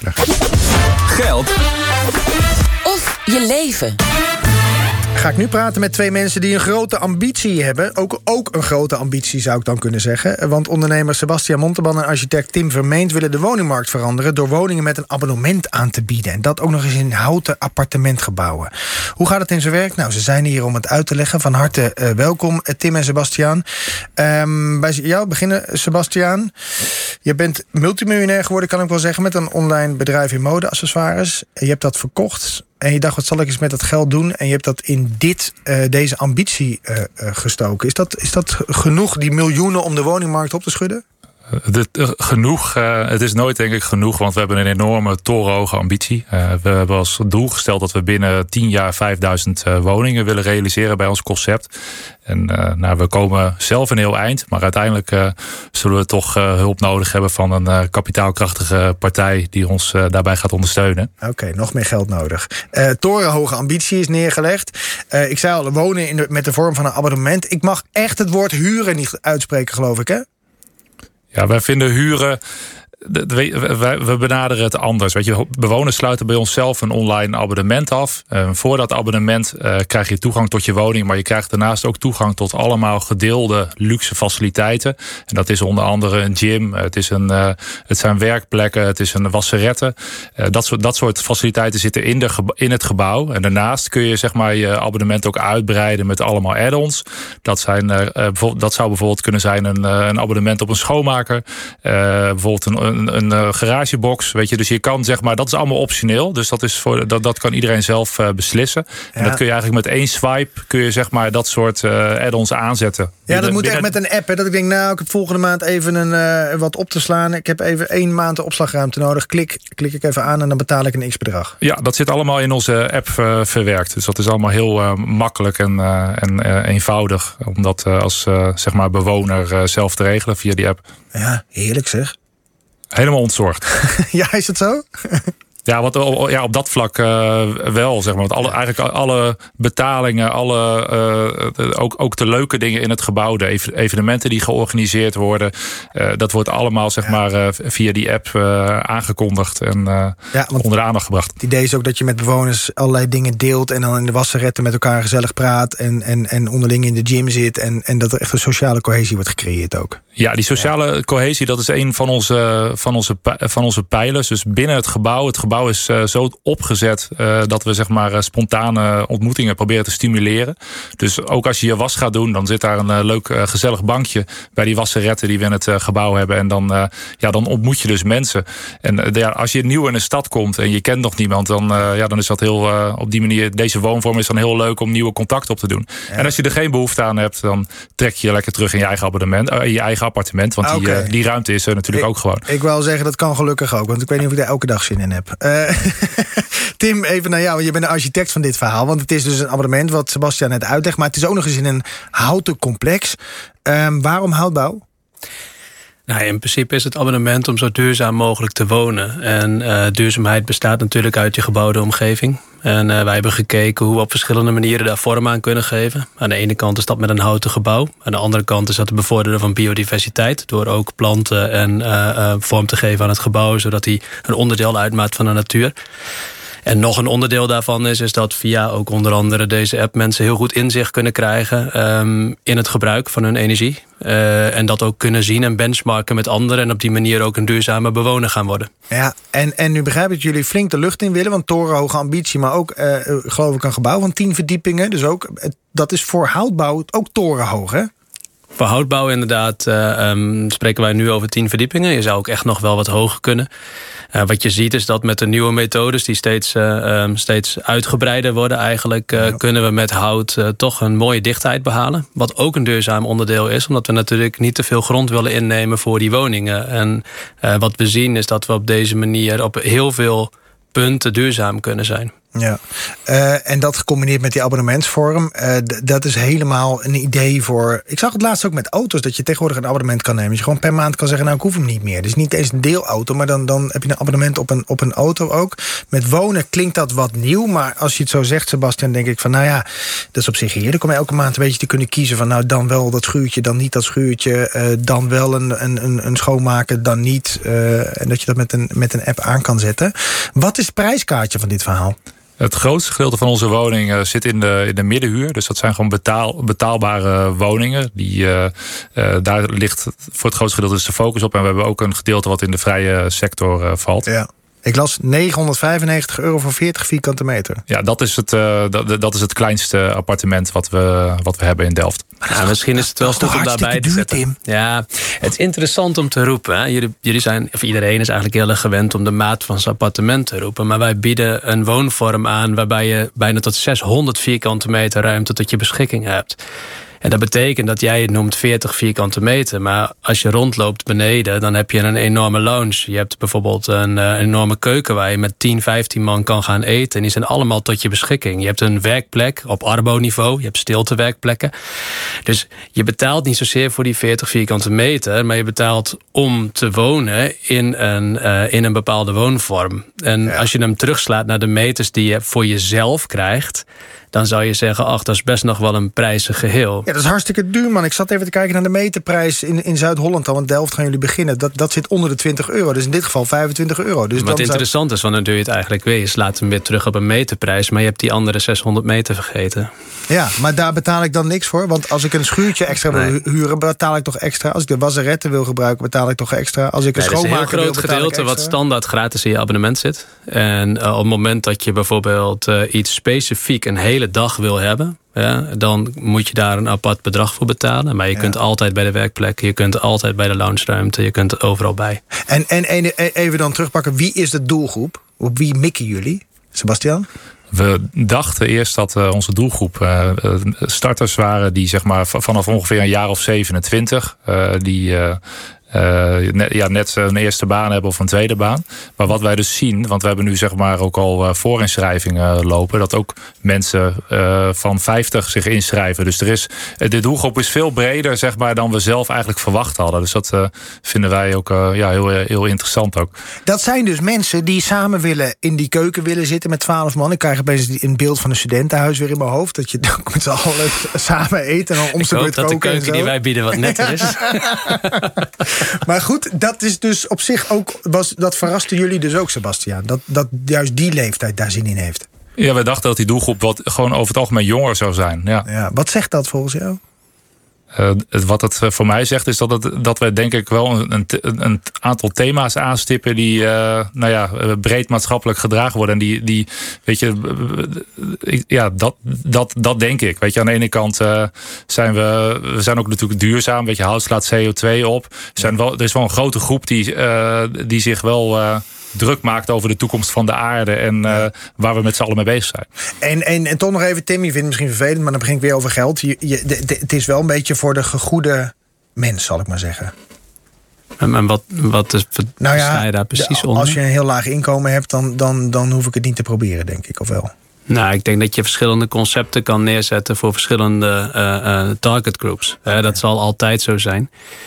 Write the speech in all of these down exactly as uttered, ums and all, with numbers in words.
Geld of je leven. Ga ik nu praten met twee mensen die een grote ambitie hebben. Ook, ook een grote ambitie zou ik dan kunnen zeggen. Want ondernemer Sebastian Monteban en architect Tim Vermeend willen de woningmarkt veranderen door woningen met een abonnement aan te bieden. En dat ook nog eens in houten appartementgebouwen. Hoe gaat het in zijn werk? Nou, ze zijn hier om het uit te leggen. Van harte uh, welkom, Tim en Sebastian. Um, bij jou beginnen, Sebastian. Je bent multimiljonair geworden, kan ik wel zeggen, met een online bedrijf in modeaccessoires. Je hebt dat verkocht. En je dacht, wat zal ik eens met dat geld doen? En je hebt dat in dit, uh, deze ambitie uh, uh, gestoken. Is dat, is dat genoeg, die miljoenen, om de woningmarkt op te schudden? De, de, genoeg. Uh, het is nooit denk ik genoeg, want we hebben een enorme torenhoge ambitie. Uh, we hebben als doel gesteld dat we binnen tien jaar vijfduizend uh, woningen willen realiseren bij ons concept. En uh, nou, we komen zelf een heel eind, maar uiteindelijk uh, zullen we toch uh, hulp nodig hebben van een uh, kapitaalkrachtige partij die ons uh, daarbij gaat ondersteunen. Oké, okay, nog meer geld nodig. Uh, torenhoge ambitie is neergelegd. Uh, ik zei al, wonen in de, met de vorm van een abonnement. Ik mag echt het woord huren niet uitspreken, geloof ik, hè? Ja, wij vinden huren. We benaderen het anders. Weet je, bewoners sluiten bij ons zelf een online abonnement af. Uh, voor dat abonnement uh, krijg je toegang tot je woning, maar je krijgt daarnaast ook toegang tot allemaal gedeelde luxe faciliteiten. En dat is onder andere een gym, het, is een, uh, het zijn werkplekken, het is een wasserette. Uh, dat, soort, dat soort faciliteiten zitten in, de, in het gebouw. En daarnaast kun je zeg maar je abonnement ook uitbreiden met allemaal add-ons. Dat, zijn, uh, dat zou bijvoorbeeld kunnen zijn een, uh, een abonnement op een schoonmaker. Uh, bijvoorbeeld een Een, een uh, garagebox, weet je. Dus je kan, zeg maar, dat is allemaal optioneel. Dus dat, is voor, dat, dat kan iedereen zelf uh, beslissen. Ja. En dat kun je eigenlijk met één swipe, kun je zeg maar dat soort uh, add-ons aanzetten. Ja, dat moet echt met een app. Hè, dat ik denk, nou, ik heb volgende maand even een, uh, wat op te slaan. Ik heb even één maand de opslagruimte nodig. Klik, klik ik even aan en dan betaal ik een x-bedrag. Ja, dat zit allemaal in onze app uh, verwerkt. Dus dat is allemaal heel uh, makkelijk en, uh, en uh, eenvoudig. Om dat uh, als uh, zeg maar bewoner uh, zelf te regelen via die app. Ja, heerlijk zeg. Helemaal ontzorgd. Ja, is het zo? Ja, wat, ja, op dat vlak uh, wel, zeg maar. Want alle, eigenlijk alle betalingen, alle, uh, ook, ook de leuke dingen in het gebouw, de evenementen die georganiseerd worden, uh, dat wordt allemaal zeg ja. maar uh, via die app uh, aangekondigd en uh, ja, onder de aandacht gebracht. Het idee is ook dat je met bewoners allerlei dingen deelt en dan in de wasseretten met elkaar gezellig praat en, en, en onderling in de gym zit en, en dat er echt een sociale cohesie wordt gecreëerd ook. Ja, die sociale ja. cohesie, dat is een van onze, van, onze, van onze pijlers. Dus binnen het gebouw, het gebouw is uh, zo opgezet uh, dat we zeg maar uh, spontane ontmoetingen proberen te stimuleren. Dus ook als je je was gaat doen, dan zit daar een uh, leuk uh, gezellig bankje bij die wasseretten die we in het uh, gebouw hebben. En dan, uh, ja, dan ontmoet je dus mensen. En uh, ja, als je nieuw in een stad komt en je kent nog niemand, dan, uh, ja, dan is dat heel uh, op die manier, deze woonvorm is dan heel leuk om nieuwe contacten op te doen. Ja. En als je er geen behoefte aan hebt, dan trek je je lekker terug in je eigen abonnement, uh, in je eigen appartement, want okay. die, uh, die ruimte is er natuurlijk ik, ook gewoon. Ik wil zeggen, dat kan gelukkig ook, want ik weet niet of ik daar elke dag zin in heb. Uh, Tim, even naar jou, je bent de architect van dit verhaal, want het is dus een abonnement wat Sebastian net uitlegt, maar het is ook nog eens in een houten complex. Um, waarom houtbouw? Nou, in principe is het abonnement om zo duurzaam mogelijk te wonen. En uh, duurzaamheid bestaat natuurlijk uit je gebouwde omgeving. En uh, wij hebben gekeken hoe we op verschillende manieren daar vorm aan kunnen geven. Aan de ene kant is dat met een houten gebouw. Aan de andere kant is dat het bevorderen van biodiversiteit, door ook planten en uh, uh, vorm te geven aan het gebouw, zodat die een onderdeel uitmaakt van de natuur. En nog een onderdeel daarvan is, is dat via ook onder andere deze app mensen heel goed inzicht kunnen krijgen um, in het gebruik van hun energie. Uh, en dat ook kunnen zien en benchmarken met anderen en op die manier ook een duurzame bewoner gaan worden. Ja, en, en nu begrijp ik dat jullie flink de lucht in willen, want torenhoge ambitie, maar ook uh, geloof ik een gebouw van tien verdiepingen. Dus ook, dat is voor houtbouw ook torenhoog, hè? Voor houtbouw inderdaad uh, um, spreken wij nu over tien verdiepingen. Je zou ook echt nog wel wat hoger kunnen. Uh, wat je ziet is dat met de nieuwe methodes die steeds, uh, um, steeds uitgebreider worden eigenlijk, uh, ja. kunnen we met hout uh, toch een mooie dichtheid behalen. Wat ook een duurzaam onderdeel is, omdat we natuurlijk niet te veel grond willen innemen voor die woningen. En uh, wat we zien is dat we op deze manier op heel veel punten duurzaam kunnen zijn. Ja, uh, en dat gecombineerd met die abonnementsvorm, uh, d- dat is helemaal een idee voor... Ik zag het laatst ook met auto's, dat je tegenwoordig een abonnement kan nemen. Dat je gewoon per maand kan zeggen, nou ik hoef hem niet meer. Dus niet eens een deelauto, maar dan, dan heb je een abonnement op een, op een auto ook. Met wonen klinkt dat wat nieuw, maar als je het zo zegt, Sebastian, denk ik van, nou ja, dat is op zich hier. Dan kom je elke maand een beetje te kunnen kiezen van, nou dan wel dat schuurtje, dan niet dat schuurtje, uh, dan wel een, een, een, een schoonmaken, dan niet. Uh, en dat je dat met een, met een app aan kan zetten. Wat is het prijskaartje van dit verhaal? Het grootste gedeelte van onze woningen zit in de, in de middenhuur. Dus dat zijn gewoon betaal, betaalbare woningen. Die, uh, uh, daar ligt voor het grootste gedeelte de focus op. En we hebben ook een gedeelte wat in de vrije sector uh, valt. Ja. Ik las negenhonderdvijfennegentig euro voor veertig vierkante meter. Ja, dat is het, uh, dat, dat is het kleinste appartement wat we, wat we hebben in Delft. Ja, misschien is het wel goed om daarbij te zetten. Tim. Ja, het is interessant om te roepen. Hè. Jullie, jullie zijn, of iedereen is eigenlijk heel erg gewend om de maat van zijn appartement te roepen. Maar wij bieden een woonvorm aan waarbij je bijna tot zeshonderd vierkante meter ruimte tot je beschikking hebt. En dat betekent dat jij het noemt veertig vierkante meter. Maar als je rondloopt beneden, dan heb je een enorme lounge. Je hebt bijvoorbeeld een, een enorme keuken waar je met tien, vijftien man kan gaan eten. En die zijn allemaal tot je beschikking. Je hebt een werkplek op arbo-niveau. Je hebt stiltewerkplekken. Dus je betaalt niet zozeer voor die veertig vierkante meter. Maar je betaalt om te wonen in een, uh, in een bepaalde woonvorm. En ja. Als je hem terugslaat naar de meters die je voor jezelf krijgt, dan zou je zeggen, ach, dat is best nog wel een prijzig geheel. Ja, dat is hartstikke duur, man. Ik zat even te kijken naar de meterprijs in, in Zuid-Holland al. Want Delft gaan jullie beginnen. Dat, dat zit onder de twintig euro. Dus in dit geval vijfentwintig euro. Dus wat dan interessant zou... is, want dan doe je het eigenlijk weer. Je slaat hem weer terug op een meterprijs. Maar je hebt die andere zeshonderd meter vergeten. Ja, maar daar betaal ik dan niks voor. Want als ik een schuurtje extra nee. wil huren, betaal ik toch extra. Als ik de wasseretten wil gebruiken, betaal ik toch extra. Als ik een nee, schoonmaker wil, betaal ik extra. Er is een heel groot gedeelte wat standaard gratis in je abonnement zit. En uh, op het moment dat je bijvoorbeeld uh, iets specifiek een hele dag wil hebben, ja, dan moet je daar een apart bedrag voor betalen. Maar je ja. kunt altijd bij de werkplek, je kunt altijd bij de loungeruimte, je kunt er overal bij. En, en, en even dan terugpakken, wie is de doelgroep? Op wie mikken jullie? Sebastian? We dachten eerst dat uh, onze doelgroep uh, starters waren die zeg maar vanaf ongeveer een jaar of zevenentwintig, uh, die uh, Uh, net, ja, net een eerste baan hebben of een tweede baan. Maar wat wij dus zien, want we hebben nu zeg maar ook al uh, voorinschrijvingen lopen, dat ook mensen uh, van vijftig zich inschrijven. Dus er is, de doelgroep is veel breder zeg maar dan we zelf eigenlijk verwacht hadden. Dus dat uh, vinden wij ook uh, ja, heel, heel interessant ook. Dat zijn dus mensen die samen willen in die keuken willen zitten met twaalf man. Ik krijg opeens een beeld van een studentenhuis weer in mijn hoofd. Dat je met z'n allen samen eet en dan om z'n beurt koken. Ik hoop dat de keuken die wij bieden wat netter is. Maar goed, dat is dus op zich ook, was, dat verraste jullie dus ook, Sebastian. Dat, dat juist die leeftijd daar zin in heeft. Ja, we dachten dat die doelgroep wat gewoon over het algemeen jonger zou zijn. Ja. Ja, wat zegt dat volgens jou? Uh, wat het voor mij zegt is dat, het, dat we denk ik wel een, een, een aantal thema's aanstippen die uh, nou ja, breed maatschappelijk gedragen worden. En die, die weet je, ja, dat, dat, dat denk ik. Weet je, aan de ene kant uh, zijn we, we zijn ook natuurlijk duurzaam. Weet je, hout slaat C O twee op. Er, zijn wel, er is wel een grote groep die, uh, die zich wel Uh, druk maakt over de toekomst van de aarde en uh, waar we met z'n allen mee bezig zijn. En, en, en toch nog even, Tim, je vindt het misschien vervelend, maar dan begin ik weer over geld. Je, je, de, de, het is wel een beetje voor de gegoede mens, zal ik maar zeggen. En, en wat, wat is, nou ja, sta je daar precies de, onder? Als je een heel laag inkomen hebt, dan, dan, dan hoef ik het niet te proberen, denk ik, of wel? Nou, ik denk dat je verschillende concepten kan neerzetten voor verschillende uh, uh, target groups. Uh, dat zal altijd zo zijn.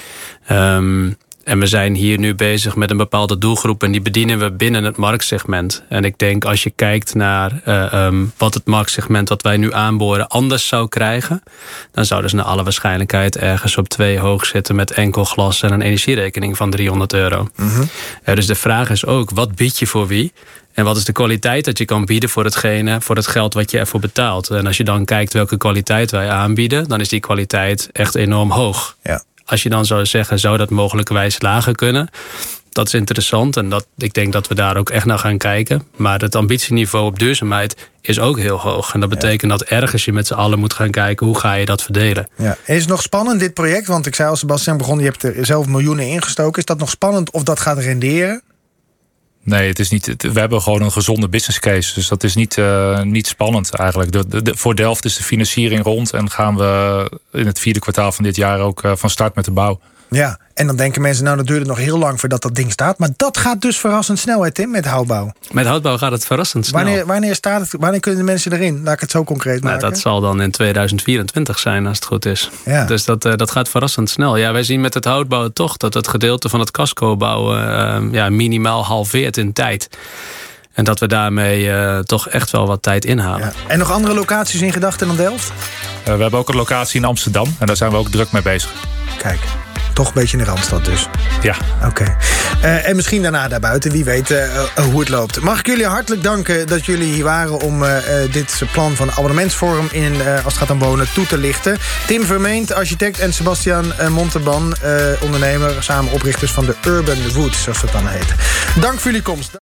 Um, En we zijn hier nu bezig met een bepaalde doelgroep en die bedienen we binnen het marktsegment. En ik denk als je kijkt naar uh, um, wat het marktsegment wat wij nu aanboren anders zou krijgen, dan zouden ze naar alle waarschijnlijkheid ergens op twee hoog zitten met enkel glas en een energierekening van driehonderd euro. Mm-hmm. Uh, dus de vraag is ook, wat bied je voor wie? En wat is de kwaliteit dat je kan bieden voor hetgene, voor het geld wat je ervoor betaalt? En als je dan kijkt welke kwaliteit wij aanbieden, dan is die kwaliteit echt enorm hoog. Ja. Als je dan zou zeggen, zou dat mogelijkerwijs lager kunnen? Dat is interessant en dat, ik denk dat we daar ook echt naar gaan kijken. Maar het ambitieniveau op duurzaamheid is ook heel hoog. En dat betekent ja. dat ergens je met z'n allen moet gaan kijken, hoe ga je dat verdelen? Ja. Is het nog spannend, dit project? Want ik zei al, Sebastian begon, je hebt er zelf miljoenen ingestoken. Is dat nog spannend of dat gaat renderen? Nee, het is niet. Het, we hebben gewoon een gezonde business case. Dus dat is niet, uh, niet spannend eigenlijk. De, de, de, voor Delft is de financiering rond en gaan we in het vierde kwartaal van dit jaar ook uh, van start met de bouw. Ja, en dan denken mensen, nou dat duurt het nog heel lang voordat dat ding staat. Maar dat gaat dus verrassend snel, hè, Tim, met houtbouw. Met houtbouw gaat het verrassend snel. Wanneer, wanneer, staat het, wanneer kunnen de mensen erin? Laat ik het zo concreet maken. Nou, dat zal dan in tweeduizend vierentwintig zijn, als het goed is. Ja. Dus dat, uh, dat gaat verrassend snel. Ja, wij zien met het houtbouwen toch dat het gedeelte van het casco bouwen uh, ja, minimaal halveert in tijd. En dat we daarmee uh, toch echt wel wat tijd inhalen. Ja. En nog andere locaties in gedachten dan Delft? Uh, we hebben ook een locatie in Amsterdam. En daar zijn we ook druk mee bezig. Kijk, toch een beetje in de Randstad dus. Ja. Oké. Okay. Uh, en misschien daarna daarbuiten, wie weet uh, uh, hoe het loopt. Mag ik jullie hartelijk danken dat jullie hier waren om uh, uh, dit plan van de abonnementsvorm in, uh, als het gaat om wonen, toe te lichten. Tim Vermeend, architect, en Sebastian uh, Monteban, uh, ondernemer, samen oprichters van de Urban Woods, zoals dat dan heet. Dank voor jullie komst.